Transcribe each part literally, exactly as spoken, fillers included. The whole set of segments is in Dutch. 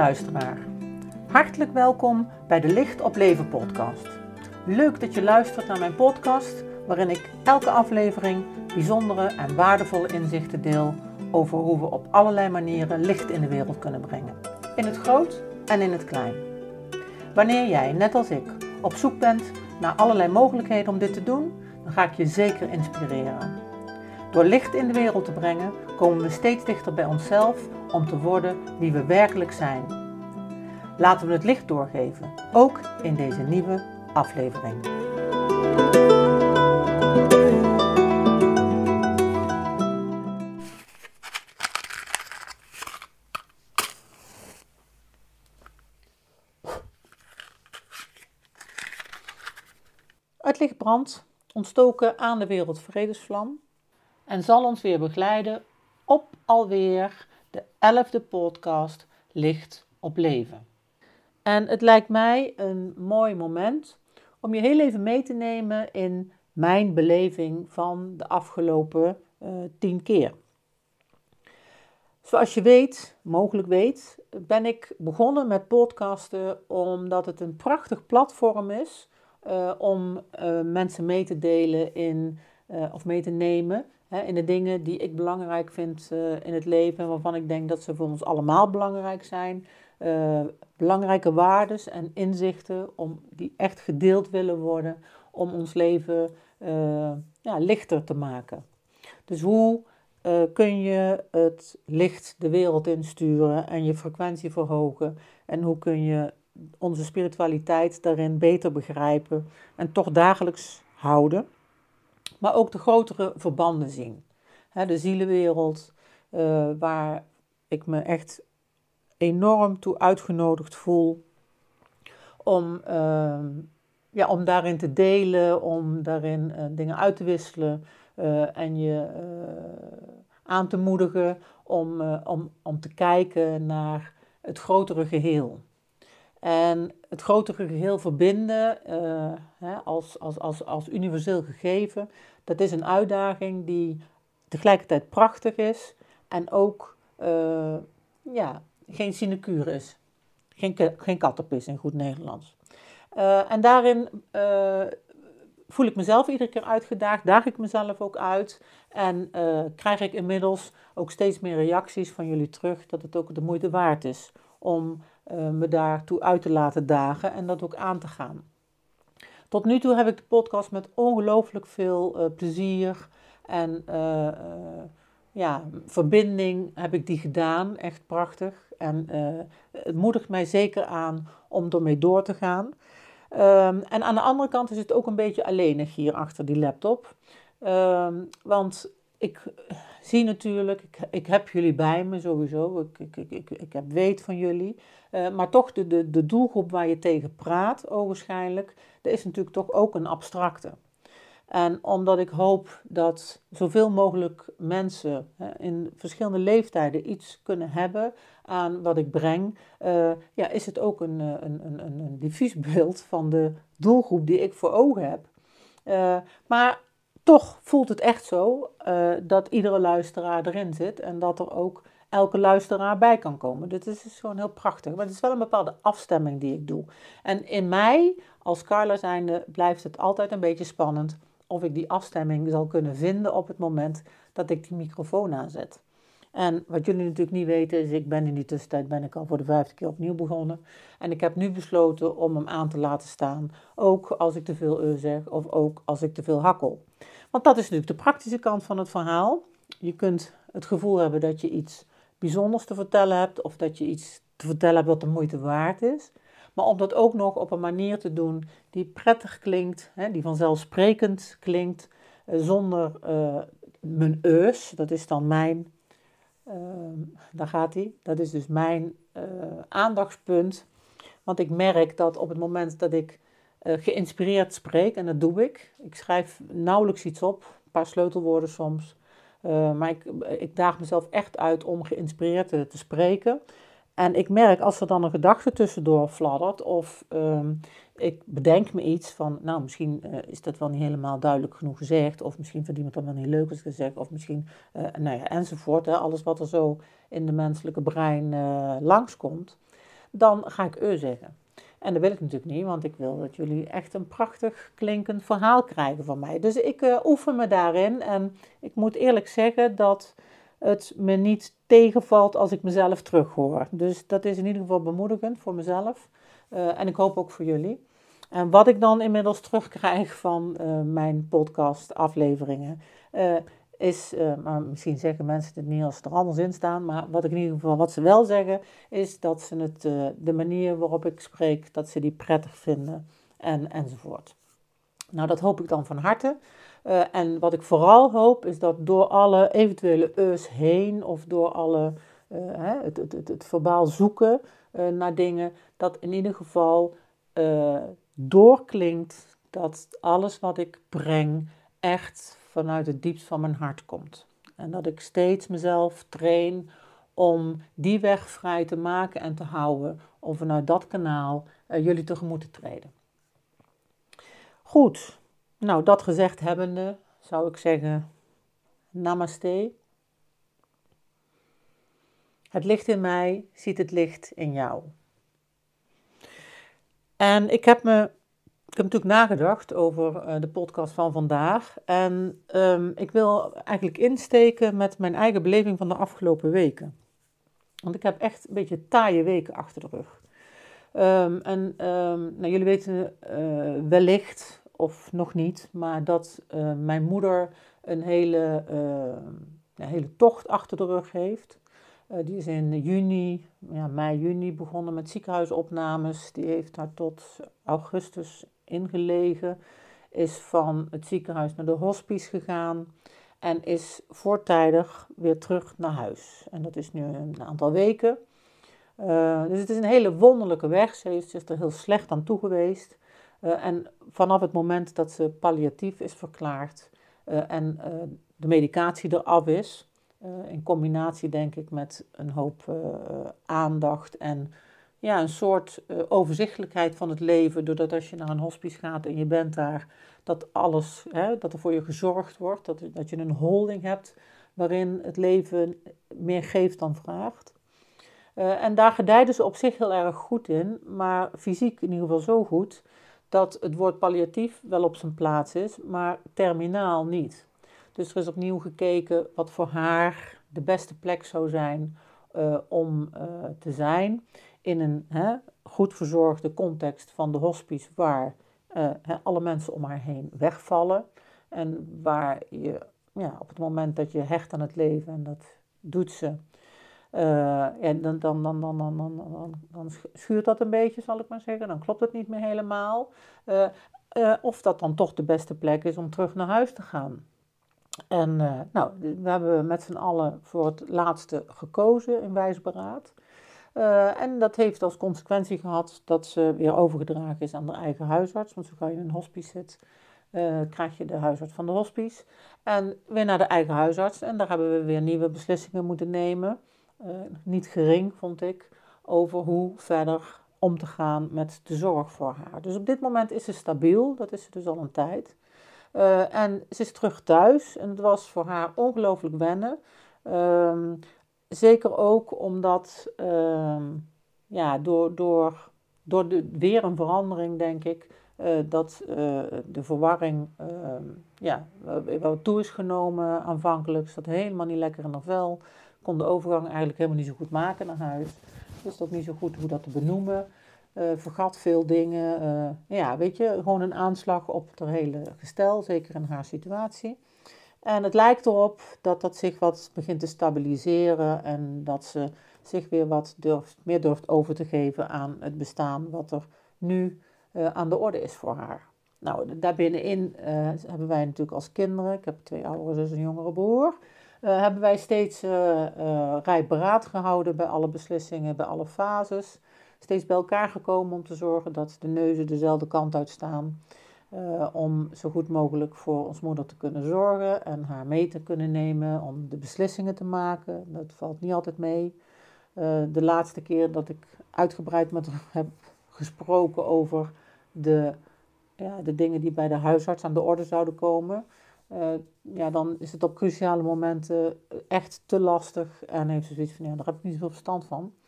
luisteraar. Hartelijk welkom bij de Licht op Leven podcast. Leuk dat je luistert naar mijn podcast, waarin ik elke aflevering bijzondere en waardevolle inzichten deel over hoe we op allerlei manieren licht in de wereld kunnen brengen. In het groot en in het klein. Wanneer jij, net als ik, op zoek bent naar allerlei mogelijkheden om dit te doen, dan ga ik je zeker inspireren. Door licht in de wereld te brengen, komen we steeds dichter bij onszelf om te worden wie we werkelijk zijn. Laten we het licht doorgeven, ook in deze nieuwe aflevering. Het licht brandt, ontstoken aan de wereldvredesvlam, en zal ons weer begeleiden op alweer de elfde podcast Licht op Leven. En het lijkt mij een mooi moment om je heel even mee te nemen in mijn beleving van de afgelopen uh, tien keer. Zoals je weet, mogelijk weet, ben ik begonnen met podcasten omdat het een prachtig platform is uh, om uh, mensen mee te delen in, uh, of mee te nemen hè, in de dingen die ik belangrijk vind uh, in het leven en waarvan ik denk dat ze voor ons allemaal belangrijk zijn. Uh, belangrijke waardes en inzichten om, die echt gedeeld willen worden om ons leven uh, ja, lichter te maken. Dus hoe uh, kun je het licht de wereld insturen en je frequentie verhogen en hoe kun je onze spiritualiteit daarin beter begrijpen en toch dagelijks houden, maar ook de grotere verbanden zien. He, de zielenwereld uh, waar ik me echt enorm toe uitgenodigd voel om, uh, ja, om daarin te delen, om daarin uh, dingen uit te wisselen uh, en je uh, aan te moedigen om, uh, om, om te kijken naar het grotere geheel. En het grotere geheel verbinden uh, hè, als, als, als, als universeel gegeven, dat is een uitdaging die tegelijkertijd prachtig is en ook uh, ja, geen sinecure is. Geen, geen kattenpis in goed Nederlands. Uh, en daarin uh, voel ik mezelf iedere keer uitgedaagd, daag ik mezelf ook uit. En uh, krijg ik inmiddels ook steeds meer reacties van jullie terug dat het ook de moeite waard is om uh, me daartoe uit te laten dagen en dat ook aan te gaan. Tot nu toe heb ik de podcast met ongelooflijk veel uh, plezier en uh, uh, ja, verbinding heb ik die gedaan, echt prachtig. En uh, het moedigt mij zeker aan om ermee door te gaan. Um, en aan de andere kant is het ook een beetje alleenig hier achter die laptop. Um, want ik zie natuurlijk, ik, ik heb jullie bij me sowieso, ik, ik, ik, ik, ik heb weet van jullie. Uh, maar toch de, de, de doelgroep waar je tegen praat, ogenschijnlijk, dat is natuurlijk toch ook een abstracte. En omdat ik hoop dat zoveel mogelijk mensen hè, in verschillende leeftijden iets kunnen hebben aan wat ik breng, uh, ja, is het ook een, een, een, een diffuus beeld van de doelgroep die ik voor ogen heb. Uh, maar toch voelt het echt zo uh, dat iedere luisteraar erin zit en dat er ook elke luisteraar bij kan komen. Dit is dus gewoon heel prachtig, maar het is wel een bepaalde afstemming die ik doe. En in mij, als Carla zijnde, blijft het altijd een beetje spannend of ik die afstemming zal kunnen vinden op het moment dat ik die microfoon aanzet. En wat jullie natuurlijk niet weten is, ik ben in die tussentijd ben ik al voor de vijfde keer opnieuw begonnen. En ik heb nu besloten om hem aan te laten staan, ook als ik te veel uh zeg of ook als ik te veel hakkel. Want dat is natuurlijk de praktische kant van het verhaal. Je kunt het gevoel hebben dat je iets bijzonders te vertellen hebt of dat je iets te vertellen hebt wat de moeite waard is. Maar om dat ook nog op een manier te doen die prettig klinkt, hè, die vanzelfsprekend klinkt, uh, zonder uh, mijn eus, dat is dan mijn, uh, daar gaat hij, dat is dus mijn uh, aandachtspunt. Want ik merk dat op het moment dat ik uh, geïnspireerd spreek, en dat doe ik, ik schrijf nauwelijks iets op, een paar sleutelwoorden soms, uh, maar ik, ik daag mezelf echt uit om geïnspireerd te, te spreken. En ik merk als er dan een gedachte tussendoor fladdert of um, ik bedenk me iets van, nou misschien uh, is dat wel niet helemaal duidelijk genoeg gezegd of misschien vindt iemand dat wel niet leuk is gezegd of misschien, uh, nou ja, enzovoort. Hè, alles wat er zo in de menselijke brein uh, langskomt. dan ga ik e zeggen. En dat wil ik natuurlijk niet, want ik wil dat jullie echt een prachtig klinkend verhaal krijgen van mij. Dus ik uh, oefen me daarin en ik moet eerlijk zeggen dat het me niet tegenvalt als ik mezelf terughoor. Dus dat is in ieder geval bemoedigend voor mezelf uh, en ik hoop ook voor jullie. En wat ik dan inmiddels terugkrijg van uh, mijn podcast afleveringen uh, is, uh, maar misschien zeggen mensen het niet als het er anders in staan, maar wat ik in ieder geval, wat ze wel zeggen, is dat ze het, uh, de manier waarop ik spreek, dat ze die prettig vinden en, enzovoort. Nou, dat hoop ik dan van harte. Uh, en wat ik vooral hoop, is dat door alle eventuele e's heen, of door alle, uh, hè, het, het, het, het verbaal zoeken uh, naar dingen, dat in ieder geval uh, doorklinkt dat alles wat ik breng echt vanuit het diepst van mijn hart komt. En dat ik steeds mezelf train om die weg vrij te maken en te houden, om vanuit dat kanaal uh, jullie tegemoet te treden. Goed, nou dat gezegd hebbende zou ik zeggen, namaste. Het licht in mij ziet het licht in jou. En ik heb me Ik heb natuurlijk nagedacht over uh, de podcast van vandaag en um, ik wil eigenlijk insteken met mijn eigen beleving van de afgelopen weken. Want ik heb echt een beetje taaie weken achter de rug. Um, en um, nou, jullie weten uh, wellicht, of nog niet, maar dat uh, mijn moeder een hele, uh, een hele tocht achter de rug heeft. Uh, die is in juni, ja, mei, juni begonnen met ziekenhuisopnames. Die heeft daar tot augustus ingelegen, is van het ziekenhuis naar de hospice gegaan en is voortijdig weer terug naar huis. En dat is nu een aantal weken. Uh, dus het is een hele wonderlijke weg. Ze is, ze is er heel slecht aan toe geweest. Uh, en vanaf het moment dat ze palliatief is verklaard uh, en uh, de medicatie eraf is, uh, in combinatie denk ik met een hoop uh, aandacht en ja, een soort uh, overzichtelijkheid van het leven, doordat als je naar een hospice gaat en je bent daar, dat alles, hè, dat er voor je gezorgd wordt, dat, dat je een holding hebt waarin het leven meer geeft dan vraagt. Uh, en daar gedijden ze op zich heel erg goed in, maar fysiek in ieder geval zo goed, dat het woord palliatief wel op zijn plaats is, maar terminaal niet. Dus er is opnieuw gekeken wat voor haar de beste plek zou zijn uh, om uh, te zijn in een hè, goed verzorgde context van de hospice waar uh, hè, alle mensen om haar heen wegvallen en waar je ja, op het moment dat je hecht aan het leven, en dat doet ze, uh, ja, dan, dan, dan, dan, dan, dan, dan, dan schuurt dat een beetje, zal ik maar zeggen, dan klopt het niet meer helemaal. Uh, uh, of dat dan toch de beste plek is om terug naar huis te gaan. En uh, nou, we hebben met z'n allen voor het laatste gekozen in wijs beraad. Uh, en dat heeft als consequentie gehad dat ze weer overgedragen is aan haar eigen huisarts. Want zo ga je in een hospice zit, uh, krijg je de huisarts van de hospice. En weer naar de eigen huisarts. En daar hebben we weer nieuwe beslissingen moeten nemen. Uh, niet gering, vond ik, over hoe verder om te gaan met de zorg voor haar. Dus op dit moment is ze stabiel, dat is ze dus al een tijd. Uh, en ze is terug thuis en het was voor haar ongelooflijk wennen. Uh, zeker ook omdat uh, ja, door, door, door de, weer een verandering, denk ik, uh, dat uh, de verwarring uh, ja, wel toe is genomen aanvankelijk. Ze zat helemaal niet lekker in haar vel. Kon de overgang eigenlijk helemaal niet zo goed maken naar huis. Wist ook niet zo goed hoe dat te benoemen. Uh, vergat veel dingen. Uh, ja, weet je, gewoon een aanslag op het hele gestel, zeker in haar situatie. En het lijkt erop dat dat zich wat begint te stabiliseren en dat ze zich weer wat durft, meer durft over te geven aan het bestaan wat er nu uh, aan de orde is voor haar. Nou, daarbinnenin uh, hebben wij natuurlijk als kinderen, ik heb twee oudere zus en een jongere broer, uh, hebben wij steeds uh, uh, rijp beraad gehouden bij alle beslissingen, bij alle fases. Steeds bij elkaar gekomen om te zorgen dat de neuzen dezelfde kant uit staan. Uh, om zo goed mogelijk voor ons moeder te kunnen zorgen en haar mee te kunnen nemen om de beslissingen te maken. Dat valt niet altijd mee. Uh, de laatste keer dat ik uitgebreid met haar heb gesproken over de, ja, de dingen die bij de huisarts aan de orde zouden komen, uh, ja, dan is het op cruciale momenten echt te lastig en heeft ze zoiets van, ja, daar heb ik niet zoveel verstand van.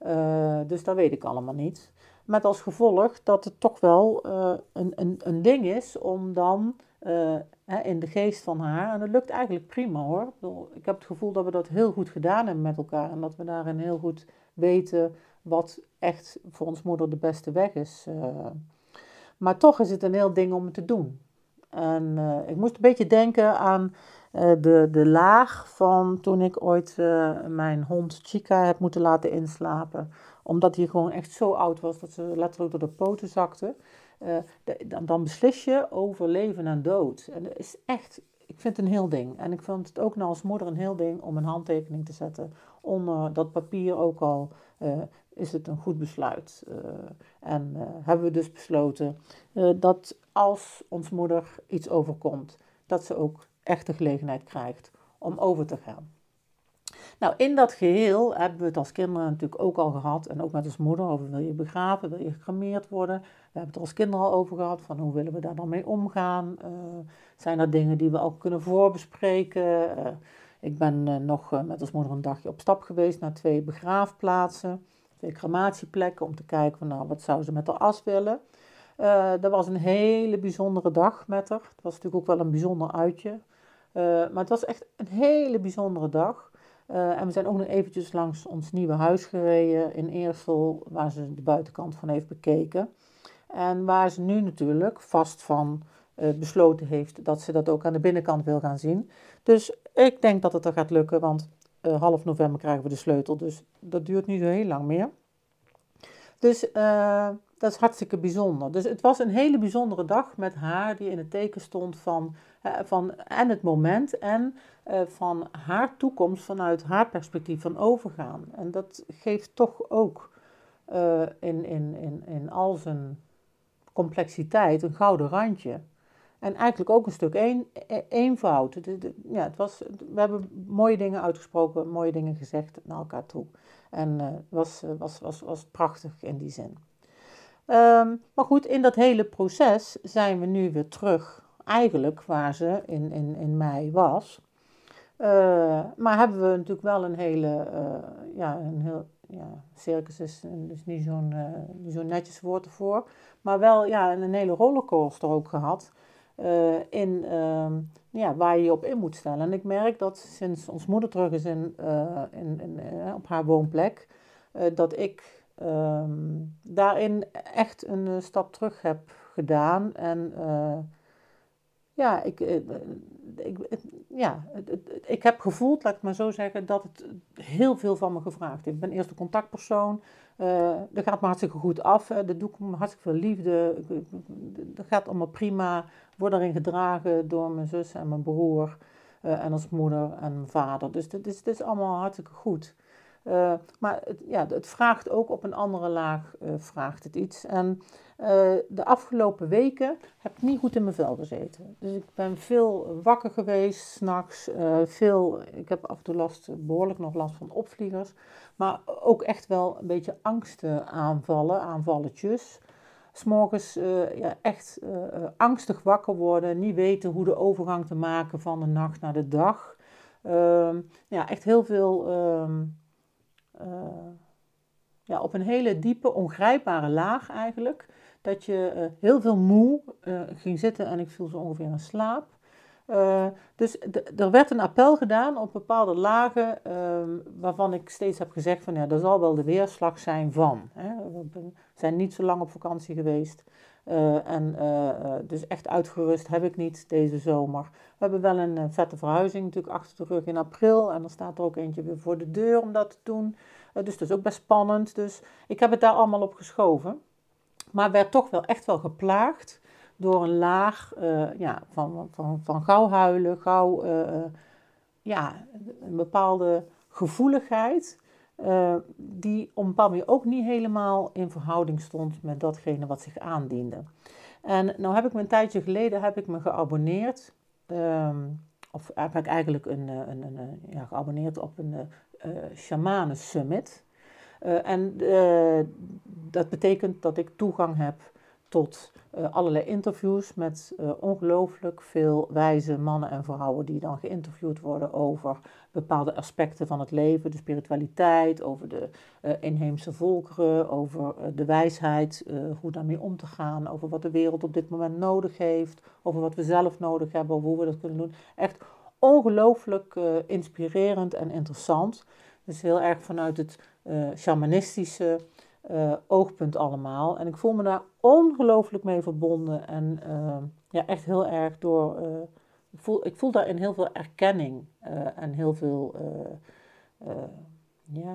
Uh, dus dat weet ik allemaal niet. Met als gevolg dat het toch wel uh, een, een, een ding is om dan uh, hè, in de geest van haar, en dat lukt eigenlijk prima hoor. Ik, bedoel, ik heb het gevoel dat we dat heel goed gedaan hebben met elkaar en dat we daarin heel goed weten wat echt voor ons moeder de beste weg is. Uh, maar toch is het een heel ding om het te doen. En uh, ik moest een beetje denken aan uh, de, de laag van toen ik ooit uh, mijn hond Chica heb moeten laten inslapen. Omdat hij gewoon echt zo oud was dat ze letterlijk door de poten zakte. Uh, de, dan, dan beslis je over leven en dood. En dat is echt, ik vind het een heel ding. En ik vond het ook nou als moeder een heel ding om een handtekening te zetten onder dat papier ook al. Uh, is het een goed besluit. Uh, en uh, hebben we dus besloten uh, dat als ons moeder iets overkomt, dat ze ook echt de gelegenheid krijgt om over te gaan. Nou, in dat geheel hebben we het als kinderen natuurlijk ook al gehad, en ook met ons moeder, over wil je begraven, wil je gecremeerd worden. We hebben het er als kinderen al over gehad, van hoe willen we daar dan mee omgaan. Uh, zijn er dingen die we ook kunnen voorbespreken? Uh, ik ben uh, nog uh, met ons moeder een dagje op stap geweest naar twee begraafplaatsen. Twee crematieplekken om te kijken van nou, wat zou ze met haar as willen. Uh, dat was een hele bijzondere dag met haar. Het was natuurlijk ook wel een bijzonder uitje. Uh, maar het was echt een hele bijzondere dag. Uh, en we zijn ook nog eventjes langs ons nieuwe huis gereden in Eersel, waar ze de buitenkant van heeft bekeken. En waar ze nu natuurlijk vast van uh, besloten heeft dat ze dat ook aan de binnenkant wil gaan zien. Dus ik denk dat het er gaat lukken, want uh, half november krijgen we de sleutel. Dus dat duurt niet zo heel lang meer. Dus uh, dat is hartstikke bijzonder. Dus het was een hele bijzondere dag met haar die in het teken stond van, uh, van en het moment en uh, van haar toekomst vanuit haar perspectief van overgaan. En dat geeft toch ook uh, in, in, in, in al zijn complexiteit een gouden randje. En eigenlijk ook een stuk een, eenvoud. De, de, ja, het was, we hebben mooie dingen uitgesproken, mooie dingen gezegd naar elkaar toe. En het uh, was, was, was, was prachtig in die zin. Um, maar goed, in dat hele proces zijn we nu weer terug, eigenlijk waar ze in, in, in mei was. Uh, maar hebben we natuurlijk wel een hele, uh, ja, een heel, ja, circus is dus niet zo'n, uh, niet zo'n netjes woord ervoor. Maar wel, ja, een hele rollercoaster ook gehad. Uh, in, uh, ja, waar je je op in moet stellen. En ik merk dat sinds ons moeder terug is in, uh, in, in, uh, op haar woonplek, uh, dat ik uh, daarin echt een uh, stap terug heb gedaan. En uh, ja, ik, uh, ik, ja het, het, ik heb gevoeld, laat ik maar zo zeggen, dat het heel veel van me gevraagd heeft. Ik ben eerst de contactpersoon. Uh, dat gaat me hartstikke goed af. Hè. Dat doe ik met hartstikke veel liefde. Dat gaat allemaal prima. Ik word daarin gedragen door mijn zus en mijn broer. Uh, en als moeder en mijn vader. Dus dit is, dit is allemaal hartstikke goed. Uh, maar het, ja, het vraagt ook op een andere laag, uh, vraagt het iets. En uh, de afgelopen weken heb ik niet goed in mijn vel gezeten. Dus ik ben veel wakker geweest, 's nachts. Uh, veel, ik heb af en toe last, behoorlijk nog last van opvliegers. Maar ook echt wel een beetje angstaanvallen, aanvalletjes. 's Morgens uh, ja, echt uh, angstig wakker worden, niet weten hoe de overgang te maken van de nacht naar de dag. Uh, ja, echt heel veel... Uh, Uh, ja, op een hele diepe, ongrijpbare laag eigenlijk. Dat je uh, heel veel moe uh, ging zitten en ik viel zo ongeveer in slaap. Uh, dus d- er werd een appel gedaan op bepaalde lagen uh, waarvan ik steeds heb gezegd van ja, dat zal wel de weerslag zijn van. Hè. We zijn niet zo lang op vakantie geweest. Uh, en uh, uh, dus echt uitgerust heb ik niet deze zomer. We hebben wel een uh, vette verhuizing natuurlijk achter de rug in april. En er staat er ook eentje weer voor de deur om dat te doen. Uh, dus dat is ook best spannend. Dus ik heb het daar allemaal op geschoven. Maar werd toch wel echt wel geplaagd door een laag uh, ja, van, van, van gauw huilen, gauw uh, ja, een bepaalde gevoeligheid. Uh, die op een bepaalde manier ook niet helemaal in verhouding stond met datgene wat zich aandiende. En nou heb ik me een tijdje geleden heb ik me geabonneerd, um, of heb ik eigenlijk een, een, een, een, ja, geabonneerd op een uh, Shamanen Summit. Uh, en uh, dat betekent dat ik toegang heb tot uh, allerlei interviews met uh, ongelooflijk veel wijze mannen en vrouwen die dan geïnterviewd worden over bepaalde aspecten van het leven, de spiritualiteit, over de uh, inheemse volkeren, over uh, de wijsheid, uh, hoe daarmee om te gaan, over wat de wereld op dit moment nodig heeft, over wat we zelf nodig hebben, over hoe we dat kunnen doen. Echt ongelooflijk uh, inspirerend en interessant. Dus heel erg vanuit het uh, shamanistische uh, oogpunt allemaal. En ik voel me daar ongelooflijk mee verbonden. En uh, ja, echt heel erg door... Uh, ik, voel, ik voel daarin heel veel erkenning. Uh, en heel veel... Uh, uh, ja,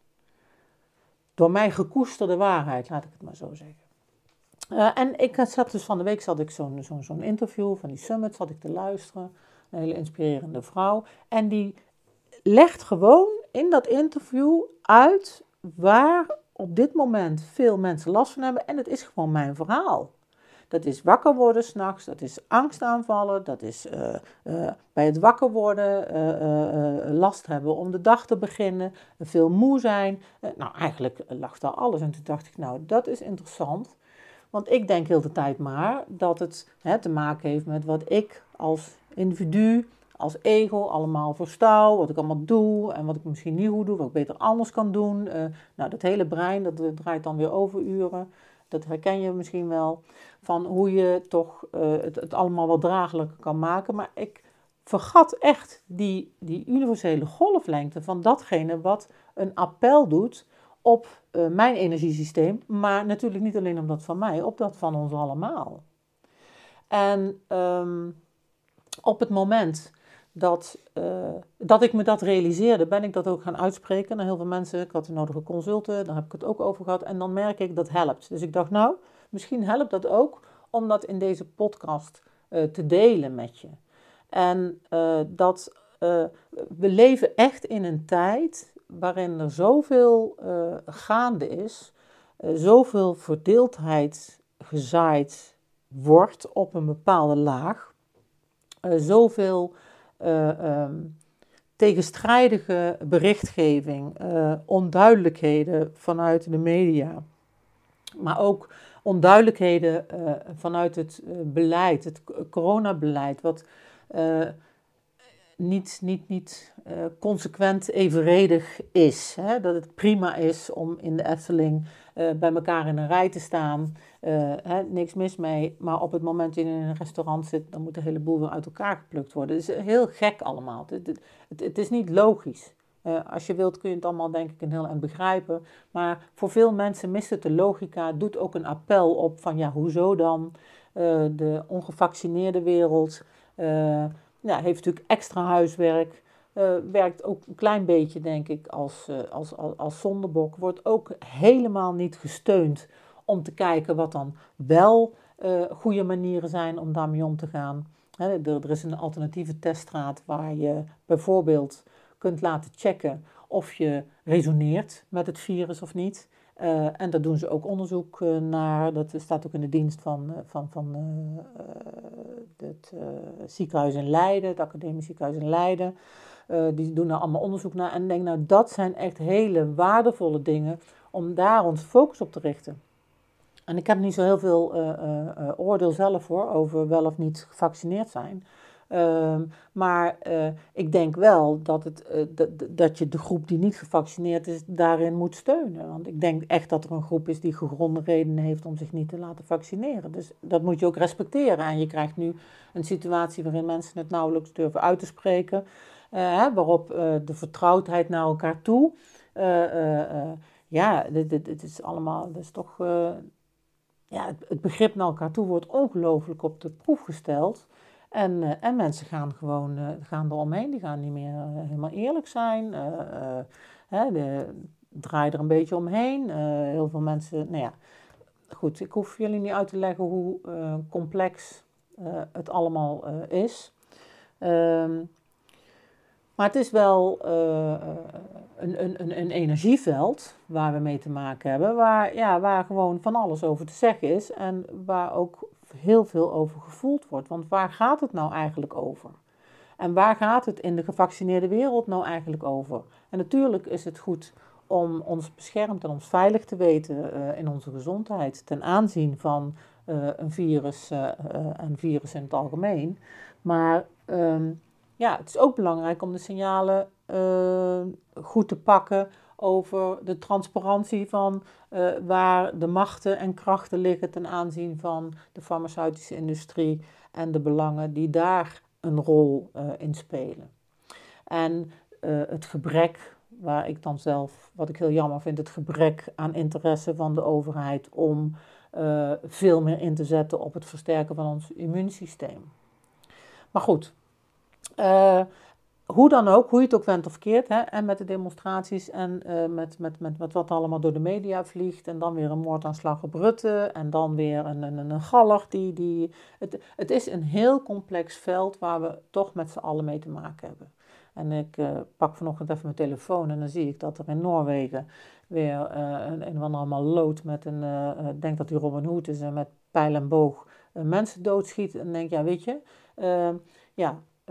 door mij gekoesterde waarheid, laat ik het maar zo zeggen. Uh, en ik zat dus van de week zat ik zo'n, zo'n, zo'n interview van die summit, zat ik te luisteren. Een hele inspirerende vrouw. En die legt gewoon in dat interview uit waar op dit moment veel mensen last van hebben. En het is gewoon mijn verhaal. Dat is wakker worden 's nachts, dat is angstaanvallen, dat is uh, uh, bij het wakker worden uh, uh, uh, last hebben om de dag te beginnen, veel moe zijn. Uh, nou, eigenlijk lag daar alles. En toen dacht ik, nou, dat is interessant. Want ik denk heel de tijd maar dat het hè, te maken heeft met wat ik als individu, als ego allemaal verstouw, wat ik allemaal doe en wat ik misschien niet goed doe, wat ik beter anders kan doen. Uh, nou, dat hele brein, dat draait dan weer overuren. Dat herken je misschien wel, van hoe je toch uh, het, het allemaal wat draaglijker kan maken. Maar ik vergat echt die, die universele golflengte van datgene wat een appel doet op uh, mijn energiesysteem. Maar natuurlijk niet alleen op dat van mij, op dat van ons allemaal. En um, op het moment dat, uh, dat ik me dat realiseerde, ben ik dat ook gaan uitspreken naar heel veel mensen. Ik had de nodige consulten, daar heb ik het ook over gehad. En dan merk ik dat helpt. Dus ik dacht, nou, misschien helpt dat ook om dat in deze podcast uh, te delen met je. En uh, dat uh, we leven echt in een tijd waarin er zoveel uh, gaande is, uh, zoveel verdeeldheid gezaaid wordt op een bepaalde laag, uh, zoveel uh, um, tegenstrijdige berichtgeving, uh, onduidelijkheden vanuit de media, maar ook onduidelijkheden uh, vanuit het uh, beleid, het coronabeleid, wat uh, niet, niet, niet uh, consequent evenredig is. Hè? Dat het prima is om in de Efteling uh, bij elkaar in een rij te staan. Uh, hè, niks mis mee. Maar op het moment dat je in een restaurant zit, dan moet de hele boel weer uit elkaar geplukt worden. Het is heel gek allemaal. Het, het, het, het is niet logisch. Uh, als je wilt kun je het allemaal denk ik een heel eind begrijpen. Maar voor veel mensen mist het de logica. Doet ook een appel op van ja, hoezo dan? Uh, de ongevaccineerde wereld... Uh, Ja, heeft natuurlijk extra huiswerk, uh, werkt ook een klein beetje, denk ik, als, uh, als, als, als zondebok. Wordt ook helemaal niet gesteund om te kijken wat dan wel uh, goede manieren zijn om daarmee om te gaan. He, er, er is een alternatieve teststraat waar je bijvoorbeeld kunt laten checken of je resoneert met het virus of niet. Uh, en daar doen ze ook onderzoek uh, naar. Dat staat ook in de dienst van, uh, van, van uh, uh, het uh, ziekenhuis in Leiden, het academisch ziekenhuis in Leiden. Uh, die doen daar allemaal onderzoek naar. En ik denk, nou, dat zijn echt hele waardevolle dingen om daar ons focus op te richten. En ik heb niet zo heel veel uh, uh, uh, oordeel zelf hoor, over wel of niet gevaccineerd zijn. Uh, maar uh, ik denk wel dat, het, uh, d- dat je de groep die niet gevaccineerd is daarin moet steunen. Want ik denk echt dat er een groep is die gegronde redenen heeft om zich niet te laten vaccineren. Dus dat moet je ook respecteren. En je krijgt nu een situatie waarin mensen het nauwelijks durven uit te spreken. Uh, hè, waarop uh, de vertrouwdheid naar elkaar toe. Uh, uh, uh, ja, dit, dit, dit is allemaal, dit is toch... Uh, ja, het, het begrip naar elkaar toe wordt ongelooflijk op de proef gesteld. En, uh, en mensen gaan gewoon uh, gaan er omheen, die gaan niet meer uh, helemaal eerlijk zijn. Uh, uh, hè, de, draai er een beetje omheen. Uh, heel veel mensen, nou ja, goed, ik hoef jullie niet uit te leggen hoe uh, complex uh, het allemaal uh, is. Um, maar het is wel uh, een, een, een, een energieveld waar we mee te maken hebben, waar, ja, waar gewoon van alles over te zeggen is en waar ook heel veel over gevoeld wordt. Want waar gaat het nou eigenlijk over? En waar gaat het in de gevaccineerde wereld nou eigenlijk over? En natuurlijk is het goed om ons beschermd en ons veilig te weten uh, in onze gezondheid ten aanzien van uh, een virus uh, uh, en virus in het algemeen. Maar um, ja, het is ook belangrijk om de signalen uh, goed te pakken over de transparantie van uh, waar de machten en krachten liggen ten aanzien van de farmaceutische industrie en de belangen die daar een rol uh, in spelen. En uh, het gebrek, waar ik dan zelf, wat ik heel jammer vind, het gebrek aan interesse van de overheid om uh, veel meer in te zetten op het versterken van ons immuunsysteem. Maar goed, uh, hoe dan ook, hoe je het ook went of keert, hè, en met de demonstraties en uh, met, met, met, met wat allemaal door de media vliegt, en dan weer een moordaanslag op Rutte, en dan weer een, een, een galler. Die, die, het, het is een heel complex veld waar we toch met z'n allen mee te maken hebben. En ik uh, pak vanochtend even mijn telefoon en dan zie ik dat er in Noorwegen weer uh, een, een of ander allemaal lood met een, uh, ik denk dat die Robin Hood is, en met pijl en boog uh, mensen doodschiet. En dan denk ik, ja, weet je, uh, ja... Uh,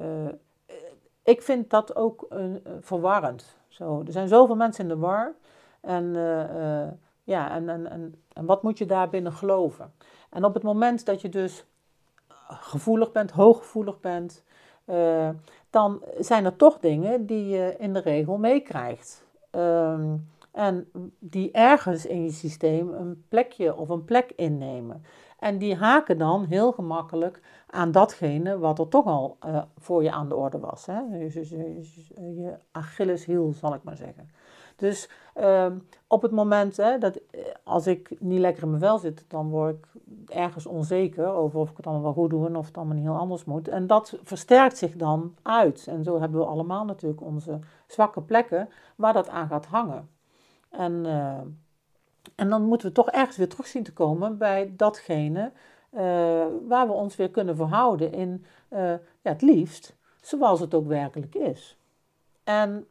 Ik vind dat ook uh, verwarrend. Zo, er zijn zoveel mensen in de war. En, uh, uh, ja, en, en, en, en wat moet je daarbinnen geloven? En op het moment dat je dus gevoelig bent, hooggevoelig bent, uh, dan zijn er toch dingen die je in de regel meekrijgt. Um, en die ergens in je systeem een plekje of een plek innemen. En die haken dan heel gemakkelijk aan datgene wat er toch al uh, voor je aan de orde was. Hè? Je, je, je, je Achilleshiel, zal ik maar zeggen. Dus uh, op het moment hè, dat als ik niet lekker in mijn vel zit, dan word ik ergens onzeker over of ik het allemaal wel goed doe en of het allemaal niet heel anders moet. En dat versterkt zich dan uit. En zo hebben we allemaal natuurlijk onze zwakke plekken waar dat aan gaat hangen. En, uh, en dan moeten we toch ergens weer terug zien te komen bij datgene uh, waar we ons weer kunnen verhouden in uh, ja, het liefst zoals het ook werkelijk is. En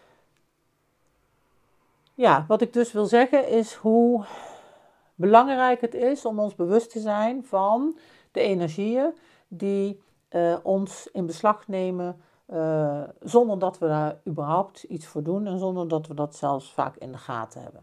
ja, wat ik dus wil zeggen is hoe belangrijk het is om ons bewust te zijn van de energieën die uh, ons in beslag nemen uh, zonder dat we daar überhaupt iets voor doen en zonder dat we dat zelfs vaak in de gaten hebben.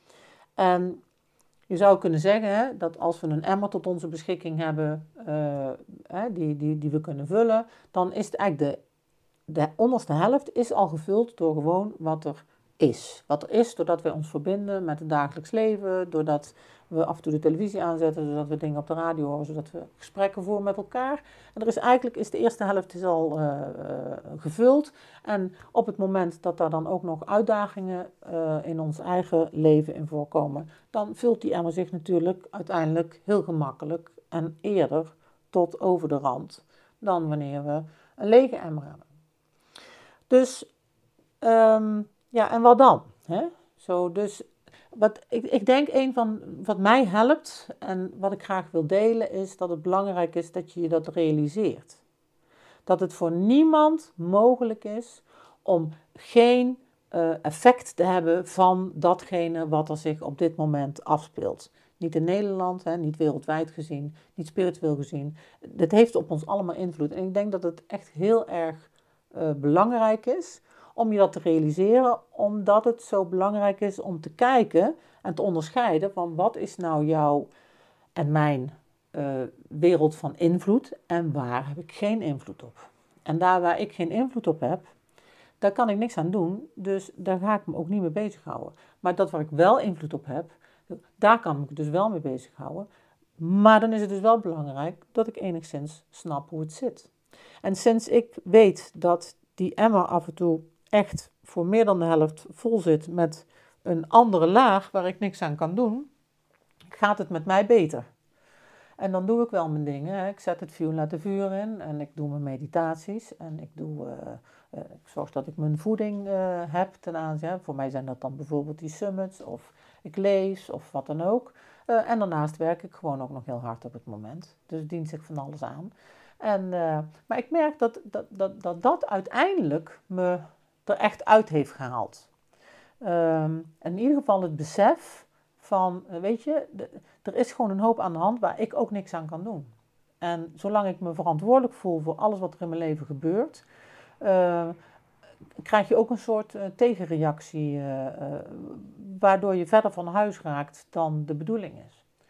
En je zou kunnen zeggen hè, dat als we een emmer tot onze beschikking hebben uh, hè, die, die, die we kunnen vullen, dan is het eigenlijk de, de onderste helft is al gevuld door gewoon wat er is. Wat er is doordat wij ons verbinden met het dagelijks leven, doordat we af en toe de televisie aanzetten, doordat we dingen op de radio horen, zodat we gesprekken voeren met elkaar. En er is eigenlijk is de eerste helft is al uh, uh, gevuld. En op het moment dat daar dan ook nog uitdagingen uh, in ons eigen leven in voorkomen, dan vult die emmer zich natuurlijk uiteindelijk heel gemakkelijk en eerder tot over de rand dan wanneer we een lege emmer hebben. Dus um, ja, en wat dan? Hè? Zo, dus wat, ik, ik denk een van wat mij helpt en wat ik graag wil delen is dat het belangrijk is dat je je dat realiseert. Dat het voor niemand mogelijk is om geen uh, effect te hebben van datgene wat er zich op dit moment afspeelt. Niet in Nederland, hè, niet wereldwijd gezien, niet spiritueel gezien. Dit heeft op ons allemaal invloed. En ik denk dat het echt heel erg uh, belangrijk is om je dat te realiseren, omdat het zo belangrijk is om te kijken en te onderscheiden van wat is nou jouw en mijn uh, wereld van invloed en waar heb ik geen invloed op. En daar waar ik geen invloed op heb, daar kan ik niks aan doen, dus daar ga ik me ook niet mee bezighouden. Maar dat waar ik wel invloed op heb, daar kan ik me dus wel mee bezighouden. Maar dan is het dus wel belangrijk dat ik enigszins snap hoe het zit. En sinds ik weet dat die emmer af en toe echt voor meer dan de helft vol zit met een andere laag waar ik niks aan kan doen, gaat het met mij beter. En dan doe ik wel mijn dingen. Hè. Ik zet het vuur naar de vuur in en ik doe mijn meditaties. En ik, doe, uh, uh, ik zorg dat ik mijn voeding uh, heb ten aanzien. Voor mij zijn dat dan bijvoorbeeld die summits of ik lees of wat dan ook. Uh, en daarnaast werk ik gewoon ook nog heel hard op het moment. Dus dient zich van alles aan. En, uh, maar ik merk dat dat, dat, dat dat uiteindelijk me er echt uit heeft gehaald. Um, in ieder geval het besef van, weet je, de, er is gewoon een hoop aan de hand waar ik ook niks aan kan doen. En zolang ik me verantwoordelijk voel voor alles wat er in mijn leven gebeurt, uh, krijg je ook een soort uh, tegenreactie, uh, uh, waardoor je verder van huis raakt dan de bedoeling is.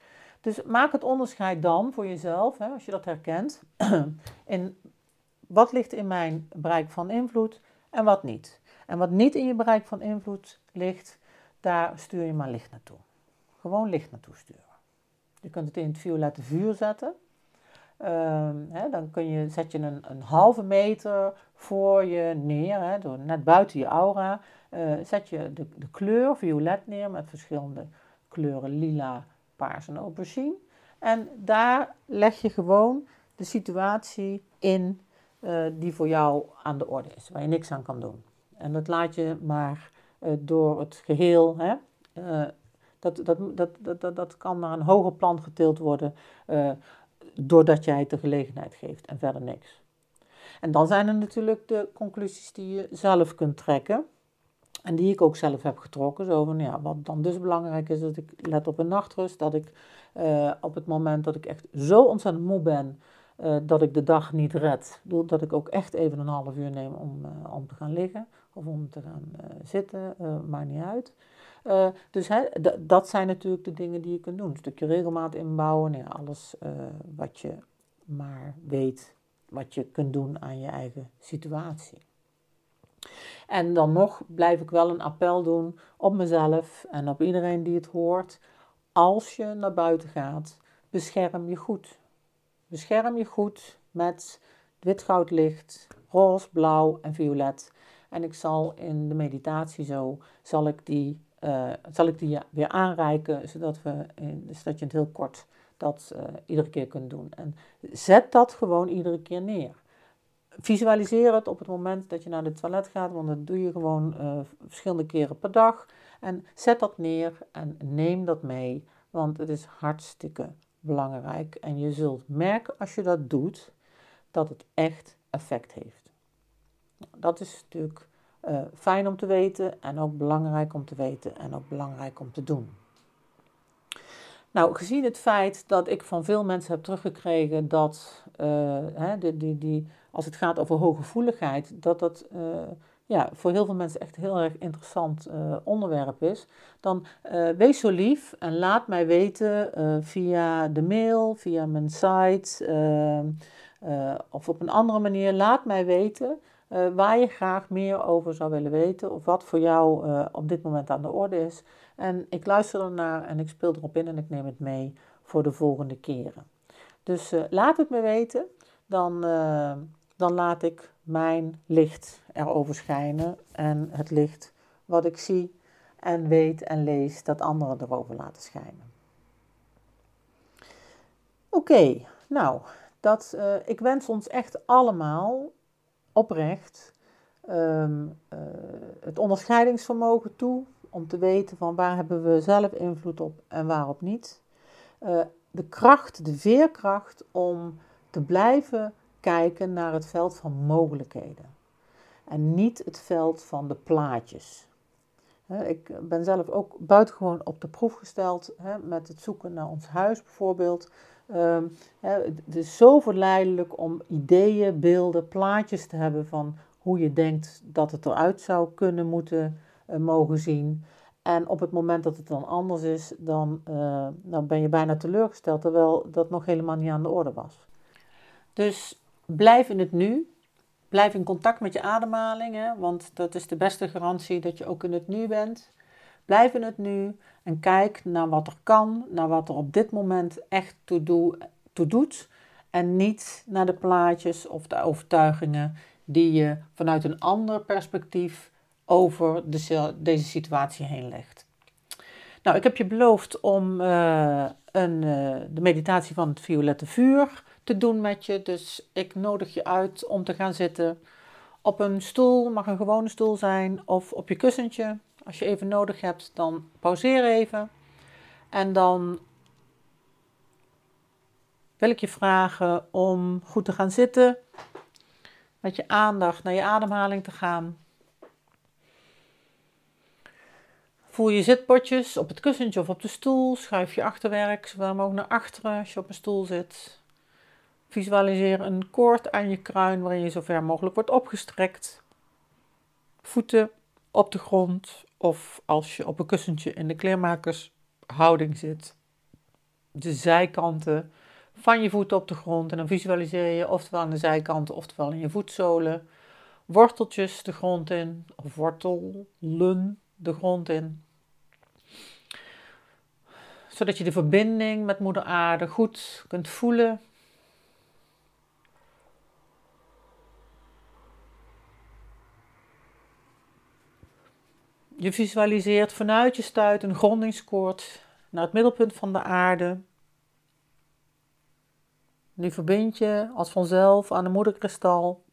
Dus maak het onderscheid dan voor jezelf, hè, als je dat herkent, in wat ligt in mijn bereik van invloed en wat niet. En wat niet in je bereik van invloed ligt, daar stuur je maar licht naartoe. Gewoon licht naartoe sturen. Je kunt het in het violette vuur zetten. Um, hè, dan kun je, zet je een, een halve meter voor je neer, hè, door, net buiten je aura. Uh, zet je de, de kleur violet neer met verschillende kleuren lila, paars en aubergine. En daar leg je gewoon de situatie in uh, die voor jou aan de orde is, waar je niks aan kan doen. En dat laat je maar uh, door het geheel, hè, uh, dat, dat, dat, dat, dat, dat kan naar een hoger plan getild worden, uh, doordat jij het de gelegenheid geeft en verder niks. En dan zijn er natuurlijk de conclusies die je zelf kunt trekken. En die ik ook zelf heb getrokken. Zo van, ja, wat dan dus belangrijk is, dat ik let op een nachtrust. Dat ik uh, op het moment dat ik echt zo ontzettend moe ben, uh, dat ik de dag niet red. Dat ik ook echt even een half uur neem om, uh, om te gaan liggen. Of om te gaan uh, zitten, uh, maakt niet uit. Uh, dus hè, d- dat zijn natuurlijk de dingen die je kunt doen. Een stukje regelmaat inbouwen. Ja, alles uh, wat je maar weet, wat je kunt doen aan je eigen situatie. En dan nog blijf ik wel een appel doen op mezelf en op iedereen die het hoort. Als je naar buiten gaat, bescherm je goed. Bescherm je goed met wit-goud licht, roze, blauw en violet. En ik zal in de meditatie zo, zal ik die, uh, zal ik die weer aanreiken, zodat, we in, zodat je het heel kort dat uh, iedere keer kunt doen. En zet dat gewoon iedere keer neer. Visualiseer het op het moment dat je naar de toilet gaat, want dat doe je gewoon uh, verschillende keren per dag. En zet dat neer en neem dat mee, want het is hartstikke belangrijk. En je zult merken als je dat doet, dat het echt effect heeft. Dat is natuurlijk uh, fijn om te weten en ook belangrijk om te weten en ook belangrijk om te doen. Nou, gezien het feit dat ik van veel mensen heb teruggekregen dat, uh, hè, die, die, die, als het gaat over hooggevoeligheid, dat dat uh, ja, voor heel veel mensen echt een heel erg interessant uh, onderwerp is, dan uh, wees zo lief en laat mij weten uh, via de mail, via mijn site uh, uh, of op een andere manier, laat mij weten uh, waar je graag meer over zou willen weten of wat voor jou uh, op dit moment aan de orde is. En ik luister ernaar en ik speel erop in en ik neem het mee voor de volgende keren. Dus uh, laat het me weten, dan, uh, dan laat ik mijn licht erover schijnen. En het licht wat ik zie en weet en lees, dat anderen erover laten schijnen. Oké, okay, nou, dat, uh, ik wens ons echt allemaal oprecht um, uh, het onderscheidingsvermogen toe. Om te weten van waar hebben we zelf invloed op en waarop niet. Uh, de kracht, de veerkracht om te blijven kijken naar het veld van mogelijkheden. En niet het veld van de plaatjes. He, ik ben zelf ook buitengewoon op de proef gesteld he, met het zoeken naar ons huis bijvoorbeeld. Um, he, het is zo verleidelijk om ideeën, beelden, plaatjes te hebben van hoe je denkt dat het eruit zou kunnen moeten uh, mogen zien. En op het moment dat het dan anders is, dan, uh, dan ben je bijna teleurgesteld, terwijl dat nog helemaal niet aan de orde was. Dus blijf in het nu. Blijf in contact met je ademhaling, hè, want dat is de beste garantie dat je ook in het nu bent. Blijf in het nu en kijk naar wat er kan, naar wat er op dit moment echt toe, doe, toe doet. En niet naar de plaatjes of de overtuigingen die je vanuit een ander perspectief over de, deze situatie heen legt. Nou, ik heb je beloofd om uh, een, uh, de meditatie van het violette vuur te doen met je. Dus ik nodig je uit om te gaan zitten op een stoel, mag een gewone stoel zijn, of op je kussentje. Als je even nodig hebt, dan pauzeer even. En dan wil ik je vragen om goed te gaan zitten, met je aandacht naar je ademhaling te gaan. Voel je zitpotjes op het kussentje of op de stoel. Schuif je achterwerk zowel mogelijk naar achteren als je op een stoel zit. Visualiseer een koord aan je kruin waarin je zo ver mogelijk wordt opgestrekt. Voeten op de grond of als je op een kussentje in de kleermakershouding zit. de zijkanten van je voeten op de grond. En dan visualiseer je oftewel aan de zijkanten, oftewel in je voetzolen. Worteltjes de grond in, of wortelen de grond in. Zodat je de verbinding met Moeder Aarde goed kunt voelen. Je visualiseert vanuit je stuit een grondingskoord naar het middelpunt van de aarde. Nu verbind je als vanzelf aan de moederkristal.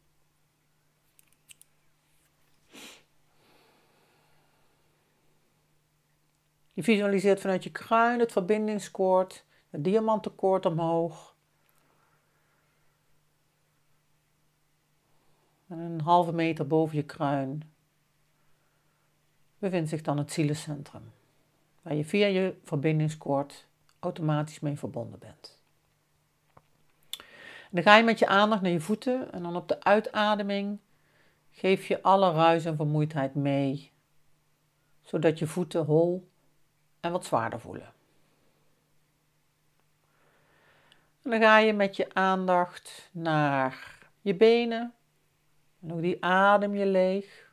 Je visualiseert vanuit je kruin het verbindingskoord, het diamantenkoord omhoog. En een halve meter boven je kruin bevindt zich dan het zielencentrum, waar je via je verbindingskoord automatisch mee verbonden bent. En dan ga je met je aandacht naar je voeten en dan op de uitademing geef je alle ruis en vermoeidheid mee, zodat je voeten hol en wat zwaarder voelen. En dan ga je met je aandacht naar je benen en ook die adem je leeg.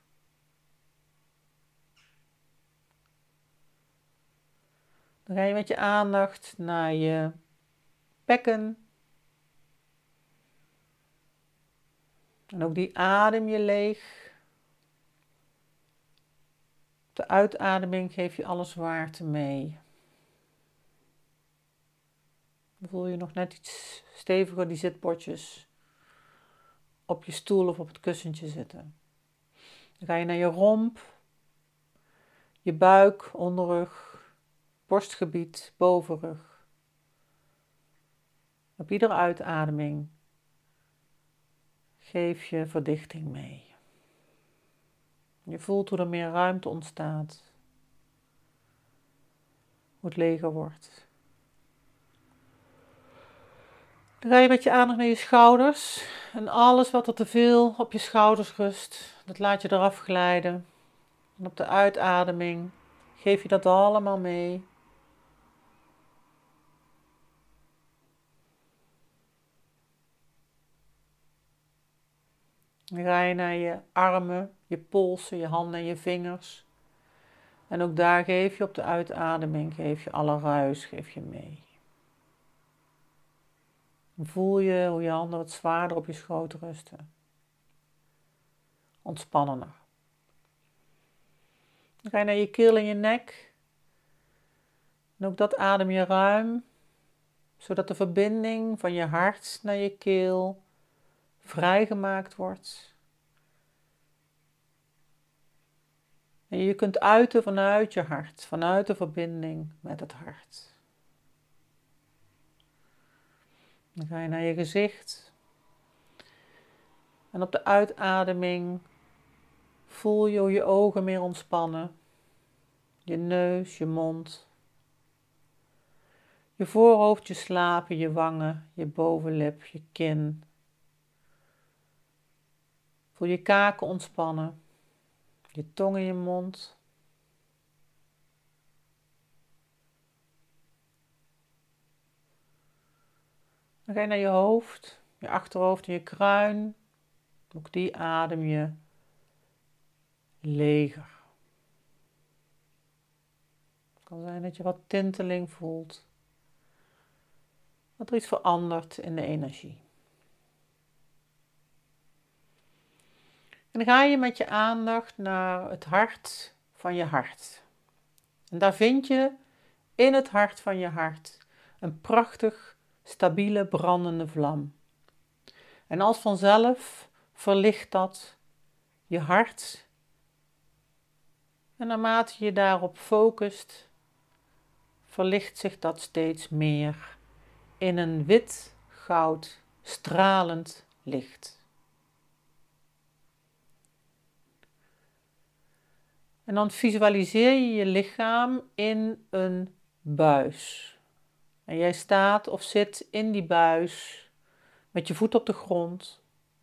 Dan ga je met je aandacht naar je bekken. En ook die adem je leeg. Op de uitademing geef je alle zwaarte mee. Dan voel je nog net iets steviger die zitbordjes op je stoel of op het kussentje zitten. Dan ga je naar je romp, je buik, onderrug, borstgebied, bovenrug. Op iedere uitademing geef je verdichting mee. Je voelt hoe er meer ruimte ontstaat. Hoe het leger wordt. Dan ga je met je aandacht naar je schouders. En alles wat er te veel op je schouders rust, dat laat je eraf glijden. En op de uitademing geef je dat allemaal mee. Dan ga je naar je armen, je polsen, je handen en je vingers. En ook daar geef je op de uitademing, geef je alle ruis, geef je mee. Dan voel je hoe je handen wat zwaarder op je schoot rusten. Ontspannender. Dan ga je naar je keel en je nek. En ook dat adem je ruim, zodat de verbinding van je hart naar je keel vrijgemaakt wordt. En je kunt uiten vanuit je hart, vanuit de verbinding met het hart. Dan ga je naar je gezicht. En op de uitademing voel je hoe je ogen meer ontspannen. Je neus, je mond. Je voorhoofd, je slapen, je wangen, je bovenlip, je kin. Voel je kaken ontspannen. Je tong in je mond. Dan ga je naar je hoofd, je achterhoofd en je kruin. Ook die adem je leger. Het kan zijn dat je wat tinteling voelt. Dat er iets verandert in de energie. En dan ga je met je aandacht naar het hart van je hart. En daar vind je in het hart van je hart een prachtig, stabiele, brandende vlam. En als vanzelf verlicht dat je hart. En naarmate je daarop focust, verlicht zich dat steeds meer in een wit, goud, stralend licht. En dan visualiseer je je lichaam in een buis. En jij staat of zit in die buis met je voet op de grond.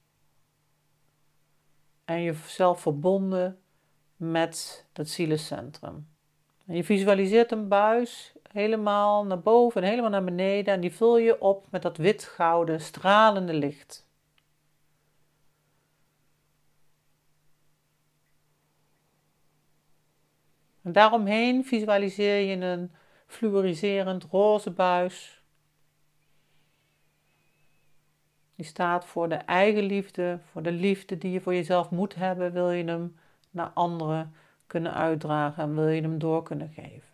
En jezelf verbonden met dat zielencentrum. En je visualiseert een buis helemaal naar boven en helemaal naar beneden. En die vul je op met dat wit-gouden stralende licht. En daaromheen visualiseer je een fluoriserend roze buis. Die staat voor de eigenliefde, voor de liefde die je voor jezelf moet hebben. Wil je hem naar anderen kunnen uitdragen en wil je hem door kunnen geven.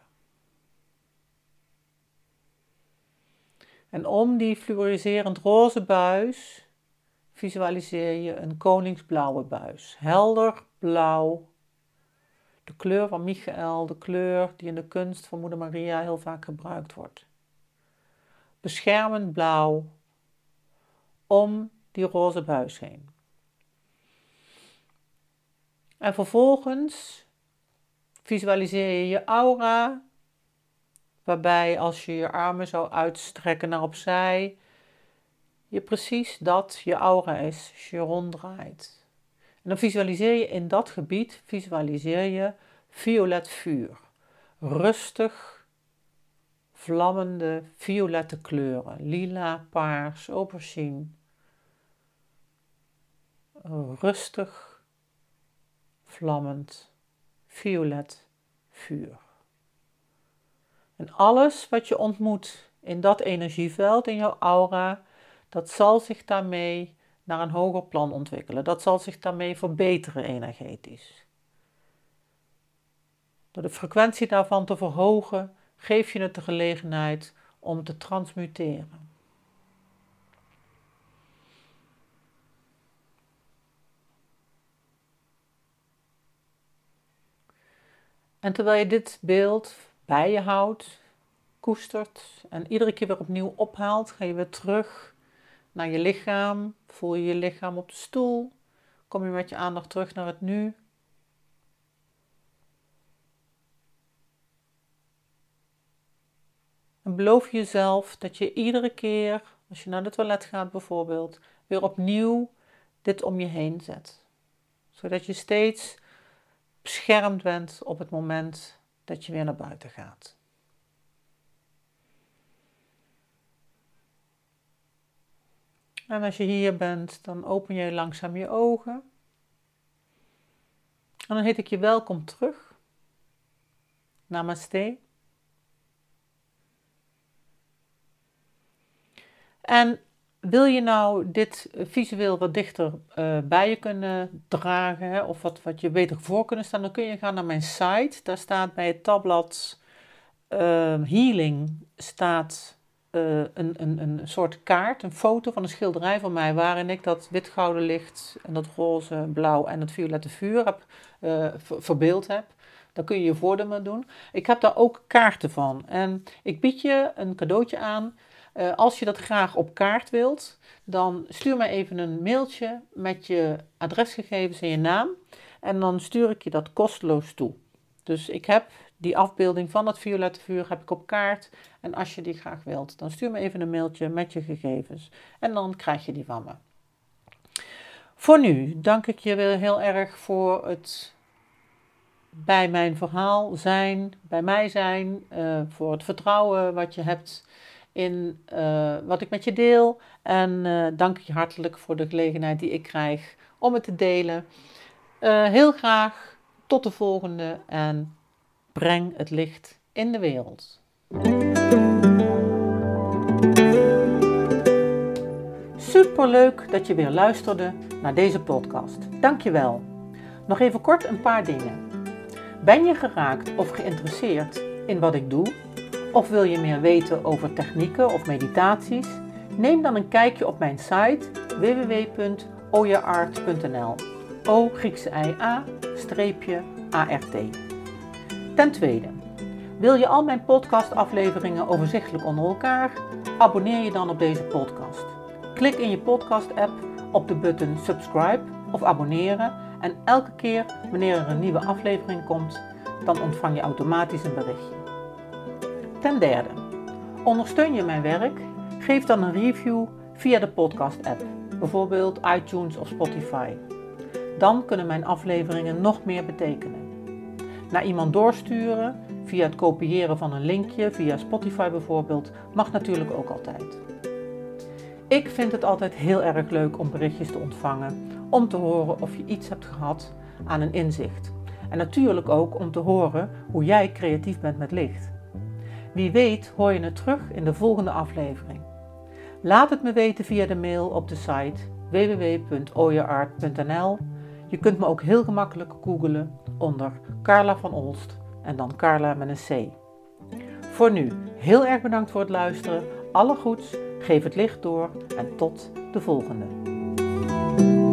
En om die fluoriserend roze buis visualiseer je een koningsblauwe buis. Helder blauw. De kleur van Michael, de kleur die in de kunst van Moeder Maria heel vaak gebruikt wordt. Beschermend blauw om die roze buis heen. En vervolgens visualiseer je je aura, waarbij als je je armen zou uitstrekken naar opzij, je precies dat je aura is als je ronddraait. En dan visualiseer je in dat gebied, visualiseer je violet vuur. Rustig, vlammende, violette kleuren. Lila, paars, aubergine. Rustig, vlammend, violet vuur. En alles wat je ontmoet in dat energieveld, in jouw aura, dat zal zich daarmee naar een hoger plan ontwikkelen. Dat zal zich daarmee verbeteren energetisch. Door de frequentie daarvan te verhogen, geef je het de gelegenheid om te transmuteren. En terwijl je dit beeld bij je houdt, koestert en iedere keer weer opnieuw ophaalt, ga je weer terug naar je lichaam. Voel je je lichaam op de stoel. Kom je met je aandacht terug naar het nu. En beloof jezelf dat je iedere keer, als je naar het toilet gaat bijvoorbeeld, weer opnieuw dit om je heen zet. Zodat je steeds beschermd bent op het moment dat je weer naar buiten gaat. En als je hier bent, dan open je langzaam je ogen. En dan heet ik je welkom terug. Namaste. En wil je nou dit visueel wat dichter uh, bij je kunnen dragen, hè, of wat, wat je beter voor kunnen staan, dan kun je gaan naar mijn site. Daar staat bij het tabblad uh, Healing staat uh, een, een, een soort kaart, een foto van een schilderij van mij, waarin ik dat wit-gouden licht en dat roze, blauw en het violette vuur heb, uh, ver, verbeeld heb. Daar kun je je voordeel mee doen. Ik heb daar ook kaarten van. En ik bied je een cadeautje aan. Uh, als je dat graag op kaart wilt, dan stuur me even een mailtje met je adresgegevens en je naam. En dan stuur ik je dat kosteloos toe. Dus ik heb die afbeelding van het violette vuur heb ik op kaart. En als je die graag wilt, dan stuur me even een mailtje met je gegevens. En dan krijg je die van me. Voor nu dank ik je weer heel erg voor het bij mijn verhaal zijn, bij mij zijn, uh, voor het vertrouwen wat je hebt in uh, wat ik met je deel. En uh, dank je hartelijk voor de gelegenheid die ik krijg om het te delen. Uh, heel graag tot de volgende en breng het licht in de wereld. Superleuk dat je weer luisterde naar deze podcast. Dank je wel. Nog even kort een paar dingen. Ben je geraakt of geïnteresseerd in wat ik doe? Of wil je meer weten over technieken of meditaties? Neem dan een kijkje op mijn site w w w punt oyaart punt n l. O Griekse I A, streepje A R T. Ten tweede, wil je al mijn podcastafleveringen overzichtelijk onder elkaar? Abonneer je dan op deze podcast. Klik in je podcast-app op de button subscribe of abonneren en elke keer wanneer er een nieuwe aflevering komt, dan ontvang je automatisch een berichtje. Ten derde, ondersteun je mijn werk? Geef dan een review via de podcast-app, bijvoorbeeld iTunes of Spotify. Dan kunnen mijn afleveringen nog meer betekenen. naar iemand doorsturen, via het kopiëren van een linkje, via Spotify bijvoorbeeld, mag natuurlijk ook altijd. Ik vind het altijd heel erg leuk om berichtjes te ontvangen, om te horen of je iets hebt gehad aan een inzicht. En natuurlijk ook om te horen hoe jij creatief bent met licht. Wie weet hoor je het terug in de volgende aflevering. Laat het me weten via de mail op de site w w w punt oyaart punt n l. Je kunt me ook heel gemakkelijk googlen onder Carla van Olst en dan Carla met een C. Voor nu, heel erg bedankt voor het luisteren. Alle goeds, geef het licht door en tot de volgende.